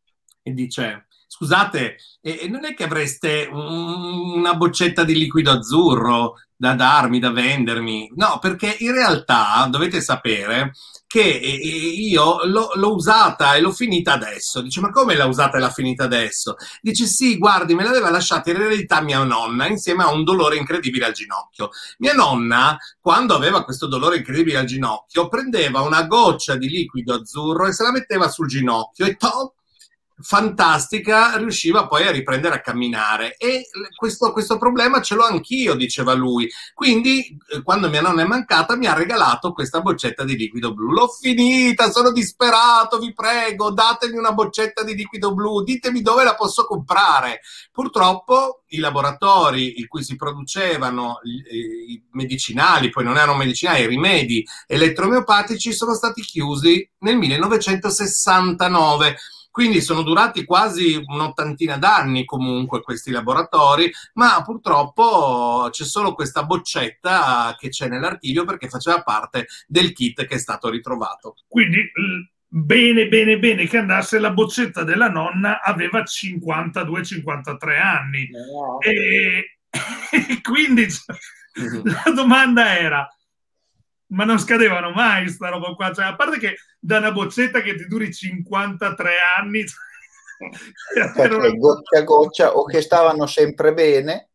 scusate, non è che avreste una boccetta di liquido azzurro da darmi, da vendermi? No, perché in realtà dovete sapere che io l'ho usata e l'ho finita adesso. Dice, ma come l'ha usata e l'ha finita adesso? Dice, sì, guardi, me l'aveva lasciata in eredità mia nonna insieme a un dolore incredibile al ginocchio. Mia nonna, quando aveva questo dolore incredibile al ginocchio, prendeva una goccia di liquido azzurro e se la metteva sul ginocchio e fantastica, riusciva poi a riprendere a camminare e questo problema ce l'ho anch'io, diceva lui. Quindi quando mia nonna è mancata mi ha regalato questa boccetta di liquido blu. L'ho finita, sono disperato, vi prego, datemi una boccetta di liquido blu, ditemi dove la posso comprare. Purtroppo i laboratori in cui si producevano i medicinali, poi non erano medicinali, i rimedi elettromiopatici sono stati chiusi nel 1969. Quindi sono durati quasi un'ottantina d'anni comunque questi laboratori, ma purtroppo c'è solo questa boccetta che c'è nell'archivio perché faceva parte del kit che è stato ritrovato. Quindi bene che andasse, la boccetta della nonna aveva 52-53 anni. No. E quindi la domanda era: ma non scadevano mai sta roba qua? Cioè, a parte che da una boccetta che ti duri 53 anni goccia a goccia, o che stavano sempre bene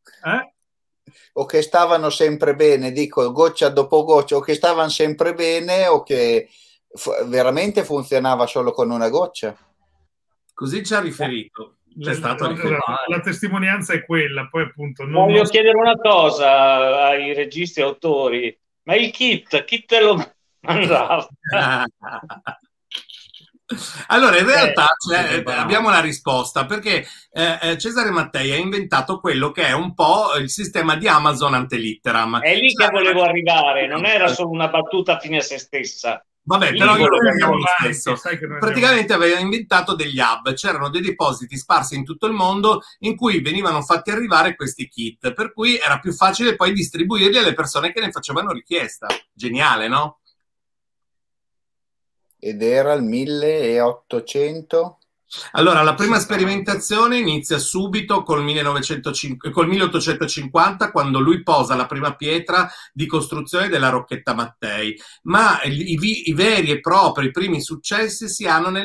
o che stavano sempre bene, dico goccia dopo goccia, o che stavano sempre bene o che veramente funzionava solo con una goccia. Così ci ha riferito. La testimonianza è quella. Poi appunto voglio chiedere una cosa ai registi e autori: ma il kit, chi te lo mandava? Allora, in realtà abbiamo la risposta, perché Cesare Mattei ha inventato quello che è un po' il sistema di Amazon ante litteram. È lì che volevo arrivare, non era solo una battuta fine a se stessa. Vabbè, però io lo vediamo lo stesso. Praticamente aveva inventato degli hub, c'erano dei depositi sparsi in tutto il mondo in cui venivano fatti arrivare questi kit, per cui era più facile poi distribuirli alle persone che ne facevano richiesta. Geniale, no? Ed era il 1800? Allora, la prima sperimentazione inizia subito col 1850, quando lui posa la prima pietra di costruzione della Rocchetta Mattei, ma i veri e propri primi successi si hanno nel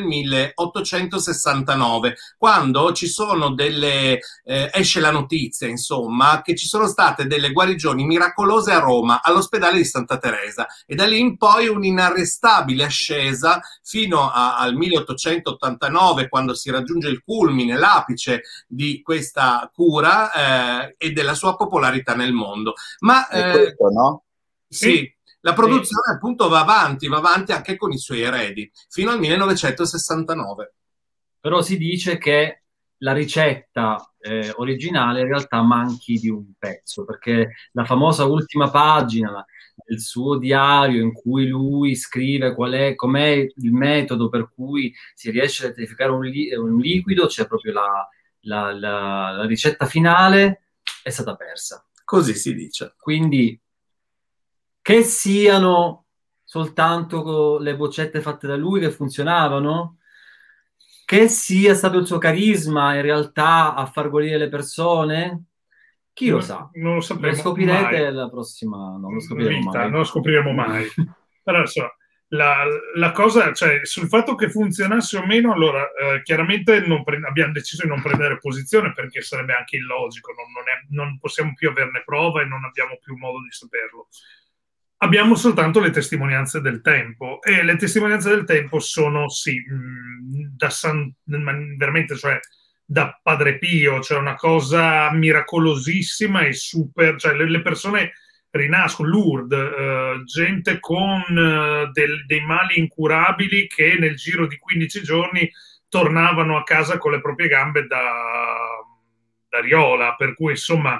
1869, quando ci sono esce la notizia, insomma, che ci sono state delle guarigioni miracolose a Roma, all'ospedale di Santa Teresa, e da lì in poi un'inarrestabile ascesa fino al 1889, quando si raggiunge il culmine, l'apice di questa cura e della sua popolarità nel mondo. Ma questo, no? Sì, la produzione appunto va avanti anche con i suoi eredi, fino al 1969. Però si dice che la ricetta originale in realtà manchi di un pezzo, perché la famosa ultima pagina del suo diario in cui lui scrive com'è il metodo per cui si riesce a elettrificare un liquido, c'è proprio la ricetta finale, è stata persa. Così si dice. Quindi che siano soltanto le boccette fatte da lui che funzionavano, che sia stato il suo carisma in realtà a far guarire le persone, chi lo sa? Non lo sapremo. Lo scoprirete mai. la prossima, non lo scopriremo mai. Però insomma, la cosa, cioè, sul fatto che funzionasse o meno, allora, chiaramente abbiamo deciso di non prendere posizione perché sarebbe anche illogico, non possiamo più averne prova e non abbiamo più modo di saperlo. Abbiamo soltanto le testimonianze del tempo, e le testimonianze del tempo sono, sì, veramente, cioè, da Padre Pio, cioè una cosa miracolosissima e super, cioè le persone rinascono, Lourdes, gente con dei mali incurabili che nel giro di 15 giorni tornavano a casa con le proprie gambe da riola, per cui insomma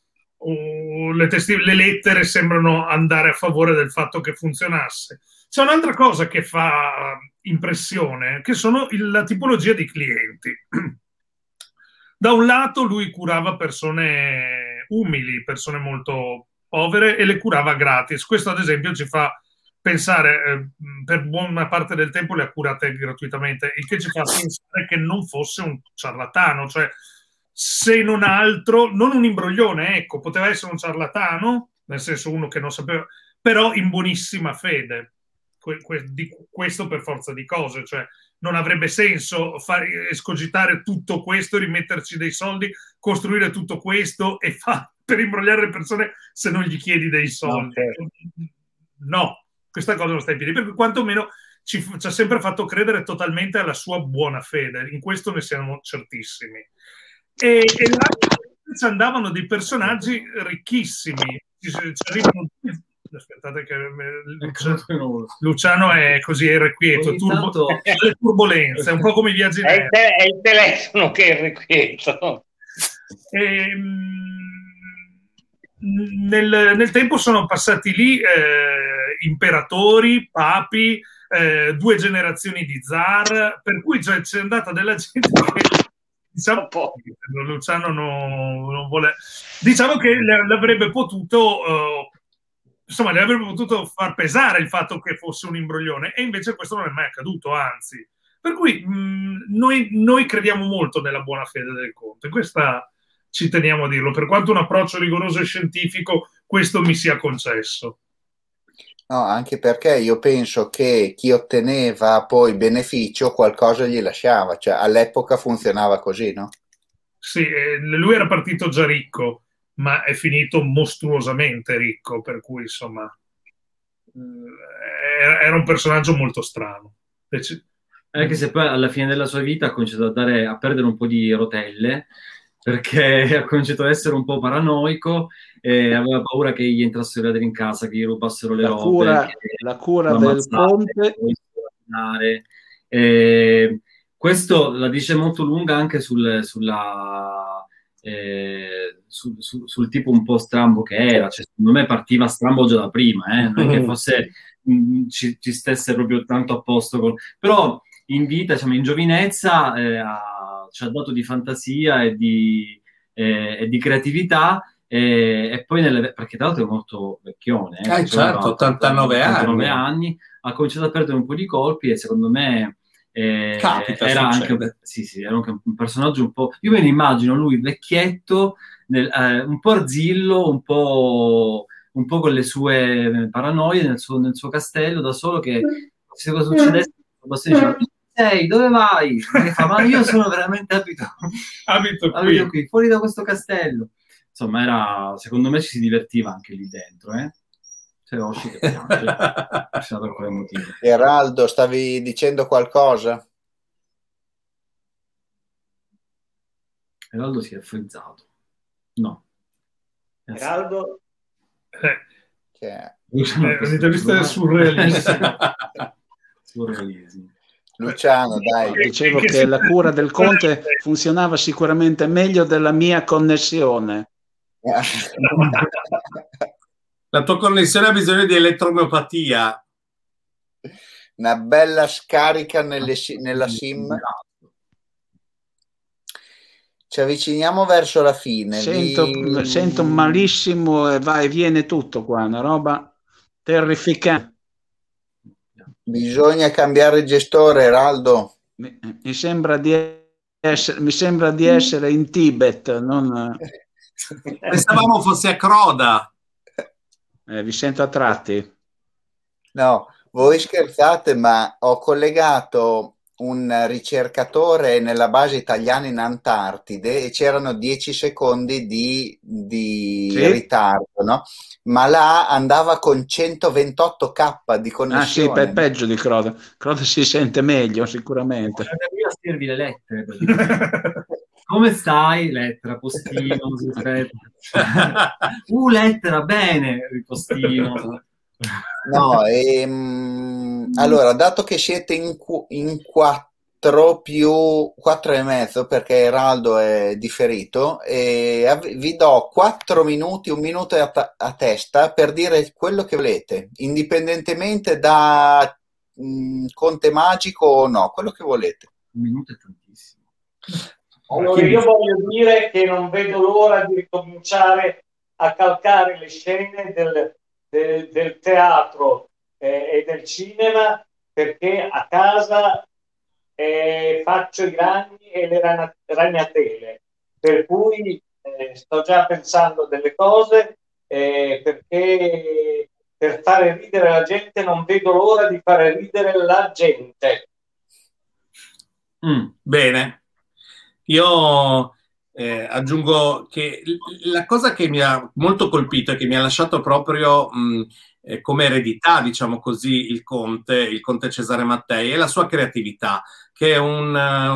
le lettere sembrano andare a favore del fatto che funzionasse. C'è un'altra cosa che fa impressione, che sono la tipologia di clienti. Da un lato lui curava persone umili, persone molto povere, e le curava gratis. Questo ad esempio ci fa pensare, per buona parte del tempo le ha curate gratuitamente, il che ci fa pensare che non fosse un ciarlatano, cioè se non altro, non un imbroglione, ecco, poteva essere un ciarlatano, nel senso uno che non sapeva, però in buonissima fede. Questo per forza di cose, cioè non avrebbe senso escogitare tutto questo, rimetterci dei soldi, costruire tutto questo e per imbrogliare le persone se non gli chiedi dei soldi. No, questa cosa non sta in piedi, perché quantomeno ci ha sempre fatto credere totalmente alla sua buona fede, in questo ne siamo certissimi. E là ci andavano dei personaggi ricchissimi, aspettate che Luciano è così irrequieto, le turbolenze, è un po' come i viaggi è il telefono che è irrequieto. Nel tempo sono passati lì imperatori, papi, 2 generazioni di zar, per cui c'è andata della gente che diciamo, Luciano non vuole, diciamo che l'avrebbe potuto insomma, le avrebbe potuto far pesare il fatto che fosse un imbroglione, e invece questo non è mai accaduto, anzi. Per cui noi crediamo molto nella buona fede del Conte, questa ci teniamo a dirlo, per quanto un approccio rigoroso e scientifico questo mi sia concesso. No, anche perché io penso che chi otteneva poi beneficio qualcosa gli lasciava, cioè all'epoca funzionava così, no? Sì, lui era partito già ricco, ma è finito mostruosamente ricco, per cui insomma era un personaggio molto strano. Anche se poi alla fine della sua vita ha cominciato a perdere un po' di rotelle, perché ha cominciato ad essere un po' paranoico e aveva paura che gli entrassero in casa, che gli rubassero le robe. La cura del Conte. Questo la dice molto lunga anche sul tipo un po' strambo che era, cioè, secondo me partiva strambo già da prima, non è che fosse ci stesse proprio tanto a posto però in vita, diciamo, in giovinezza ci ha dato di fantasia e di creatività, e poi perché tra l'altro è molto vecchione, certo, 89 anni, ha cominciato a perdere un po' di colpi, e secondo me era anche un personaggio un po', io me ne immagino lui vecchietto, un po' arzillo, un po' con le sue paranoie nel suo castello da solo, che se cosa succedesse sei, dove vai? Ma io sono veramente abito qui, fuori da questo castello. Insomma, secondo me ci si divertiva anche lì dentro, Cioè, che piange. Per quale motivo. Eraldo, stavi dicendo qualcosa? Eraldo si è frizzato. No. Eraldo? Un'intervista surrealissima. Surrealismo. Luciano, dai. Dicevo che la cura del Conte funzionava sicuramente meglio della mia connessione. La tua connessione ha bisogno di elettromeopatia. Una bella scarica nella SIM. Ci avviciniamo verso la fine. Sento malissimo e va e viene tutto qua, una roba terrificante. Bisogna cambiare il gestore, Eraldo. Mi sembra di essere in Tibet. Pensavamo fosse a Croda. Vi sento a tratti. No, Voi scherzate, ma ho collegato un ricercatore nella base italiana in Antartide e c'erano 10 secondi di ritardo, no? Ma là andava con 128k di connessione. Ah sì, peggio di Crota. Crota si sente meglio sicuramente. Io a scrivervi le lettere. Come stai? Lettera, postino, lettera, bene, ripostino. No, allora, dato che siete in 4 più 4 e mezzo, perché Eraldo è differito, vi do 4 minuti, 1 minuto a testa per dire quello che volete, indipendentemente da Conte Magico o no, quello che volete. 1 minuto è tantissimo. Allora, io voglio dire che non vedo l'ora di ricominciare a calcare le scene del teatro e del cinema, perché a casa faccio i ragni e le ragnatele, per cui sto già pensando delle cose, perché per fare ridere la gente non vedo l'ora di fare ridere la gente. Bene. Io aggiungo che la cosa che mi ha molto colpito e che mi ha lasciato proprio come eredità, diciamo così, il conte Cesare Mattei è la sua creatività, che è un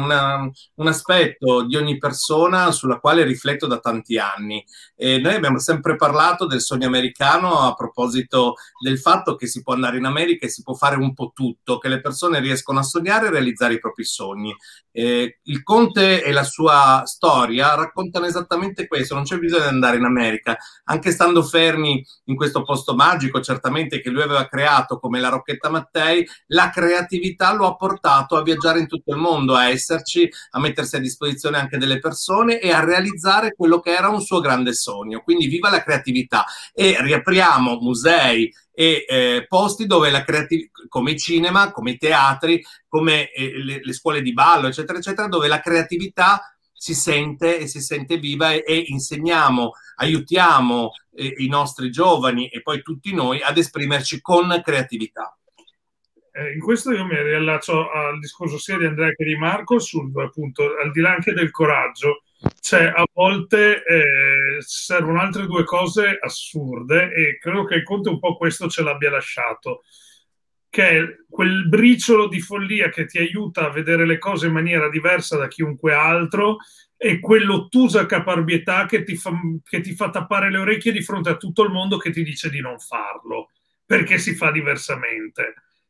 aspetto di ogni persona sulla quale rifletto da tanti anni. E noi abbiamo sempre parlato del sogno americano a proposito del fatto che si può andare in America e si può fare un po' tutto, che le persone riescono a sognare e realizzare i propri sogni. Il conte e la sua storia raccontano esattamente questo, non c'è bisogno di andare in America, anche stando fermi in questo posto magico, certamente che lui aveva creato come la Rocchetta Mattei, la creatività lo ha portato a viaggiare in tutto il mondo, a esserci, a mettersi a disposizione anche delle persone e a realizzare quello che era un suo grande sogno. Quindi viva la creatività e riapriamo musei e posti dove la creatività, come i cinema, come i teatri, come le scuole di ballo, eccetera, eccetera, dove la creatività si sente viva e insegniamo, aiutiamo i nostri giovani e poi tutti noi ad esprimerci con creatività. In questo io mi riallaccio al discorso sia di Andrea che di Marco sul, appunto, al di là anche del coraggio, cioè a volte servono altre due cose assurde e credo che il Conte un po' questo ce l'abbia lasciato, che è quel briciolo di follia che ti aiuta a vedere le cose in maniera diversa da chiunque altro e quell'ottusa caparbietà che ti fa tappare le orecchie di fronte a tutto il mondo che ti dice di non farlo, perché si fa diversamente.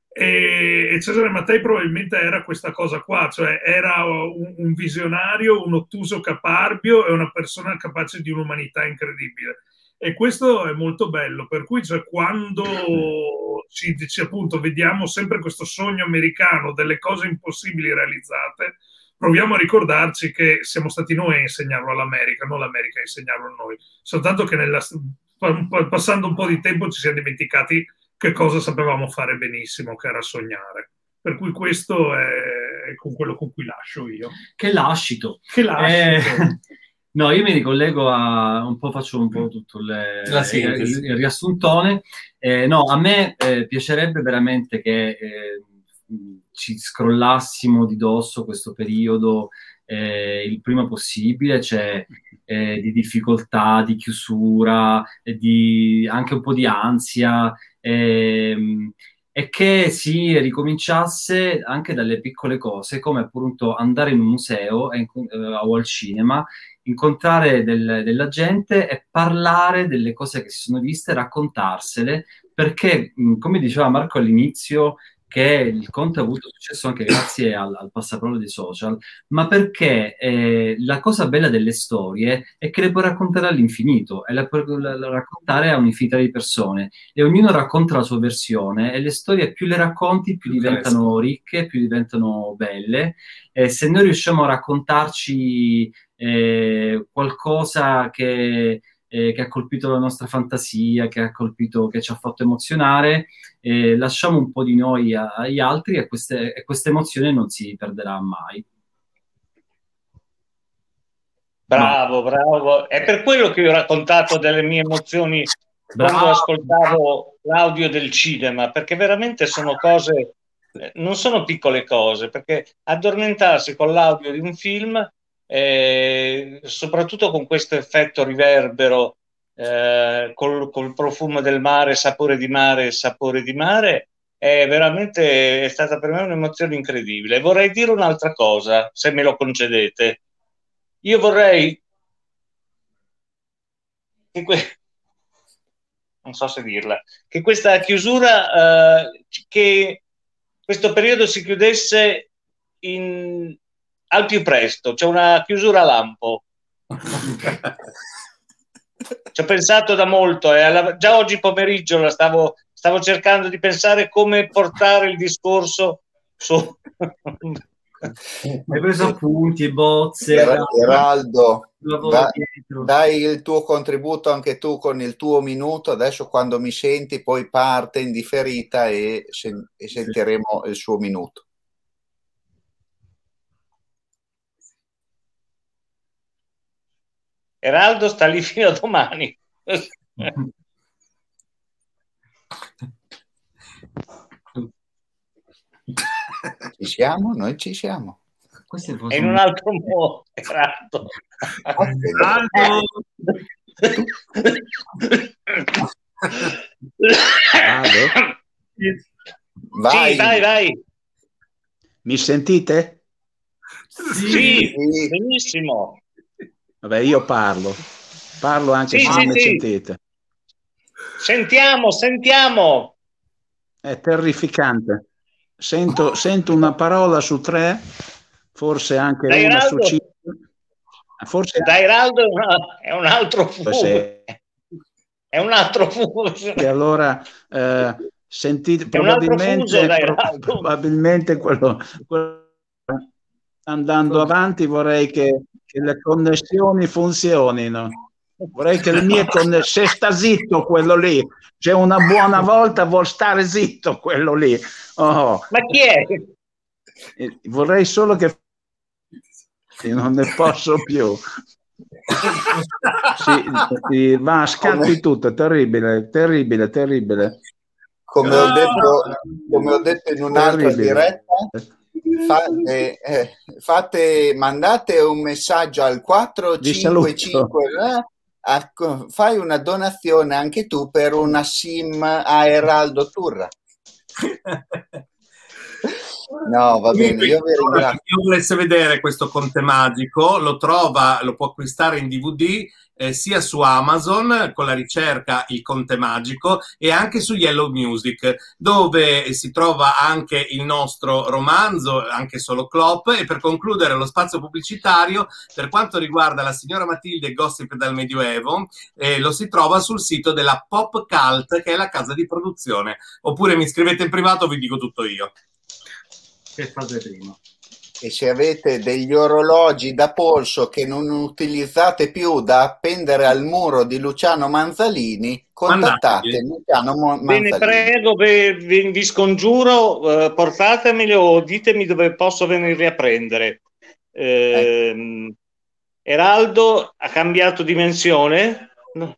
E Cesare Mattei probabilmente era questa cosa qua, cioè era un visionario, un ottuso caparbio e una persona capace di un'umanità incredibile. E questo è molto bello, per cui cioè, quando ci dice appunto vediamo sempre questo sogno americano delle cose impossibili realizzate, proviamo a ricordarci che siamo stati noi a insegnarlo all'America, non l'America a insegnarlo a noi, soltanto che passando un po' di tempo ci siamo dimenticati che cosa sapevamo fare benissimo, che era sognare. Per cui questo è con quello con cui lascio io. Che lascito. No, io mi ricollego a un po', faccio un po' tutto il riassuntone. No, a me piacerebbe veramente che ci scrollassimo di dosso questo periodo il prima possibile, cioè di difficoltà, di chiusura, anche un po' di ansia, e che si ricominciasse anche dalle piccole cose, come appunto andare in un museo o al cinema, incontrare della gente e parlare delle cose che si sono viste, raccontarsele, perché, come diceva Marco all'inizio, che il Conte ha avuto successo anche grazie al passaparola dei social, ma perché la cosa bella delle storie è che le puoi raccontare all'infinito e le puoi raccontare a un'infinità di persone e ognuno racconta la sua versione e le storie più le racconti più diventano ricche, più diventano belle. Se noi riusciamo a raccontarci qualcosa che ha colpito la nostra fantasia, che ci ha fatto emozionare, lasciamo un po' di noi agli altri e questa emozione non si perderà mai. Bravo. È per quello che io ho raccontato delle mie emozioni quando ascoltavo l'audio del cinema, perché veramente sono cose, non sono piccole cose, perché addormentarsi con l'audio di un film, soprattutto con questo effetto riverbero, col profumo del mare, sapore di mare, è stata per me un'emozione incredibile. Vorrei dire un'altra cosa, se me lo concedete. Io vorrei che non so se dirla, che questa chiusura, che questo periodo si chiudesse al più presto, cioè una chiusura a lampo. Ci ho pensato da molto, già oggi pomeriggio stavo cercando di pensare come portare il discorso su. Hai preso appunti, bozze. Eraldo, dai il tuo contributo anche tu con il tuo minuto. Adesso quando mi senti poi parte in differita e sentiremo il suo minuto. Eraldo sta lì fino a domani. Ci siamo? Noi ci siamo. E in un altro modo, Eraldo. Vai. Sì, vai. Mi sentite? Sì, benissimo. Vabbè, io parlo anche se non mi sentite. Sentiamo. È terrificante. Sento una parola su 3, forse anche da una Eraldo, su 5. Forse da Eraldo è un altro fumo. È un altro fumo. E allora sentite probabilmente quello andando avanti vorrei che le connessioni funzionino. Vorrei che le mie connessioni, se sta zitto quello lì, c'è una buona volta vuol stare zitto quello lì. Oh. Ma chi è? Vorrei solo che non ne posso più. Sì, va a scatti tutto, terribile. Come ho detto in un'altra diretta, mandate un messaggio al 455, fai una donazione anche tu per una SIM a Eraldo Turra. No, va bene, io vi ringrazio. Chi volesse vedere questo Conte Magico lo può acquistare in DVD sia su Amazon con la ricerca Il Conte Magico e anche su Yellow Music, dove si trova anche il nostro romanzo, anche solo Clop. E per concludere lo spazio pubblicitario, per quanto riguarda La signora Matilde e Gossip dal Medioevo, lo si trova sul sito della Pop Cult, che è la casa di produzione. Oppure mi scrivete in privato, vi dico tutto io. Che fate prima. E se avete degli orologi da polso che non utilizzate più da appendere al muro di Luciano Manzalini, contattate Luciano Manzalini. Bene, prego, vi scongiuro, portatemeli o ditemi dove posso venirli a prendere. Eraldo ha cambiato dimensione? No.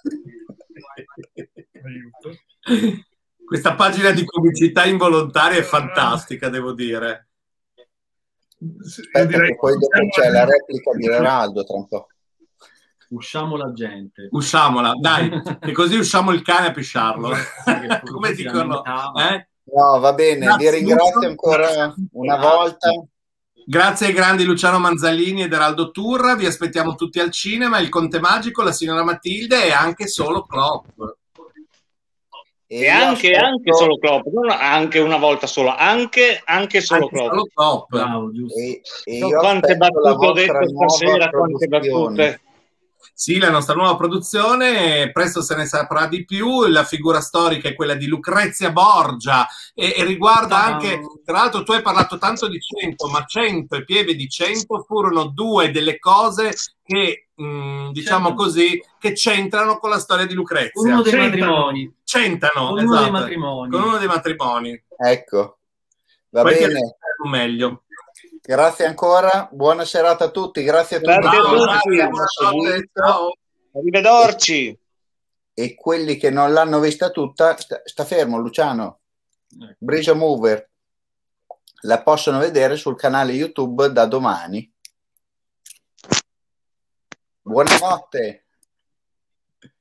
Questa pagina di pubblicità involontaria è fantastica, devo dire. Aspetta, che poi dopo c'è la replica di Eraldo tra un po'. Usciamo la gente. Usciamola, dai, e così usciamo il cane a pisciarlo. Come dicono? No, va bene, vi ringrazio ancora una volta. Grazie ai grandi Luciano Manzalini ed Eraldo Turra, vi aspettiamo tutti al cinema, Il Conte Magico, La signora Matilde e anche solo Clop. E anche solo Clop, non anche una volta solo, anche solo Clop. Bravo, giusto. E quante battute ho detto stasera, quante battute. Sì, la nostra nuova produzione, presto se ne saprà di più. La figura storica è quella di Lucrezia Borgia e riguarda anche, tra l'altro tu hai parlato tanto di 100, ma 100 e Pieve di 100 furono due delle cose che, diciamo così, che c'entrano con la storia di Lucrezia. Uno dei matrimoni. C'entrano, con esatto, uno dei matrimoni. Con uno dei matrimoni. Ecco, va poi bene. Meglio. Grazie ancora, buona serata a tutti, grazie a tutti. Ciao. Arrivederci. e quelli che non l'hanno vista tutta, sta fermo Luciano, Bridge Mover, la possono vedere sul canale YouTube da domani. Buonanotte.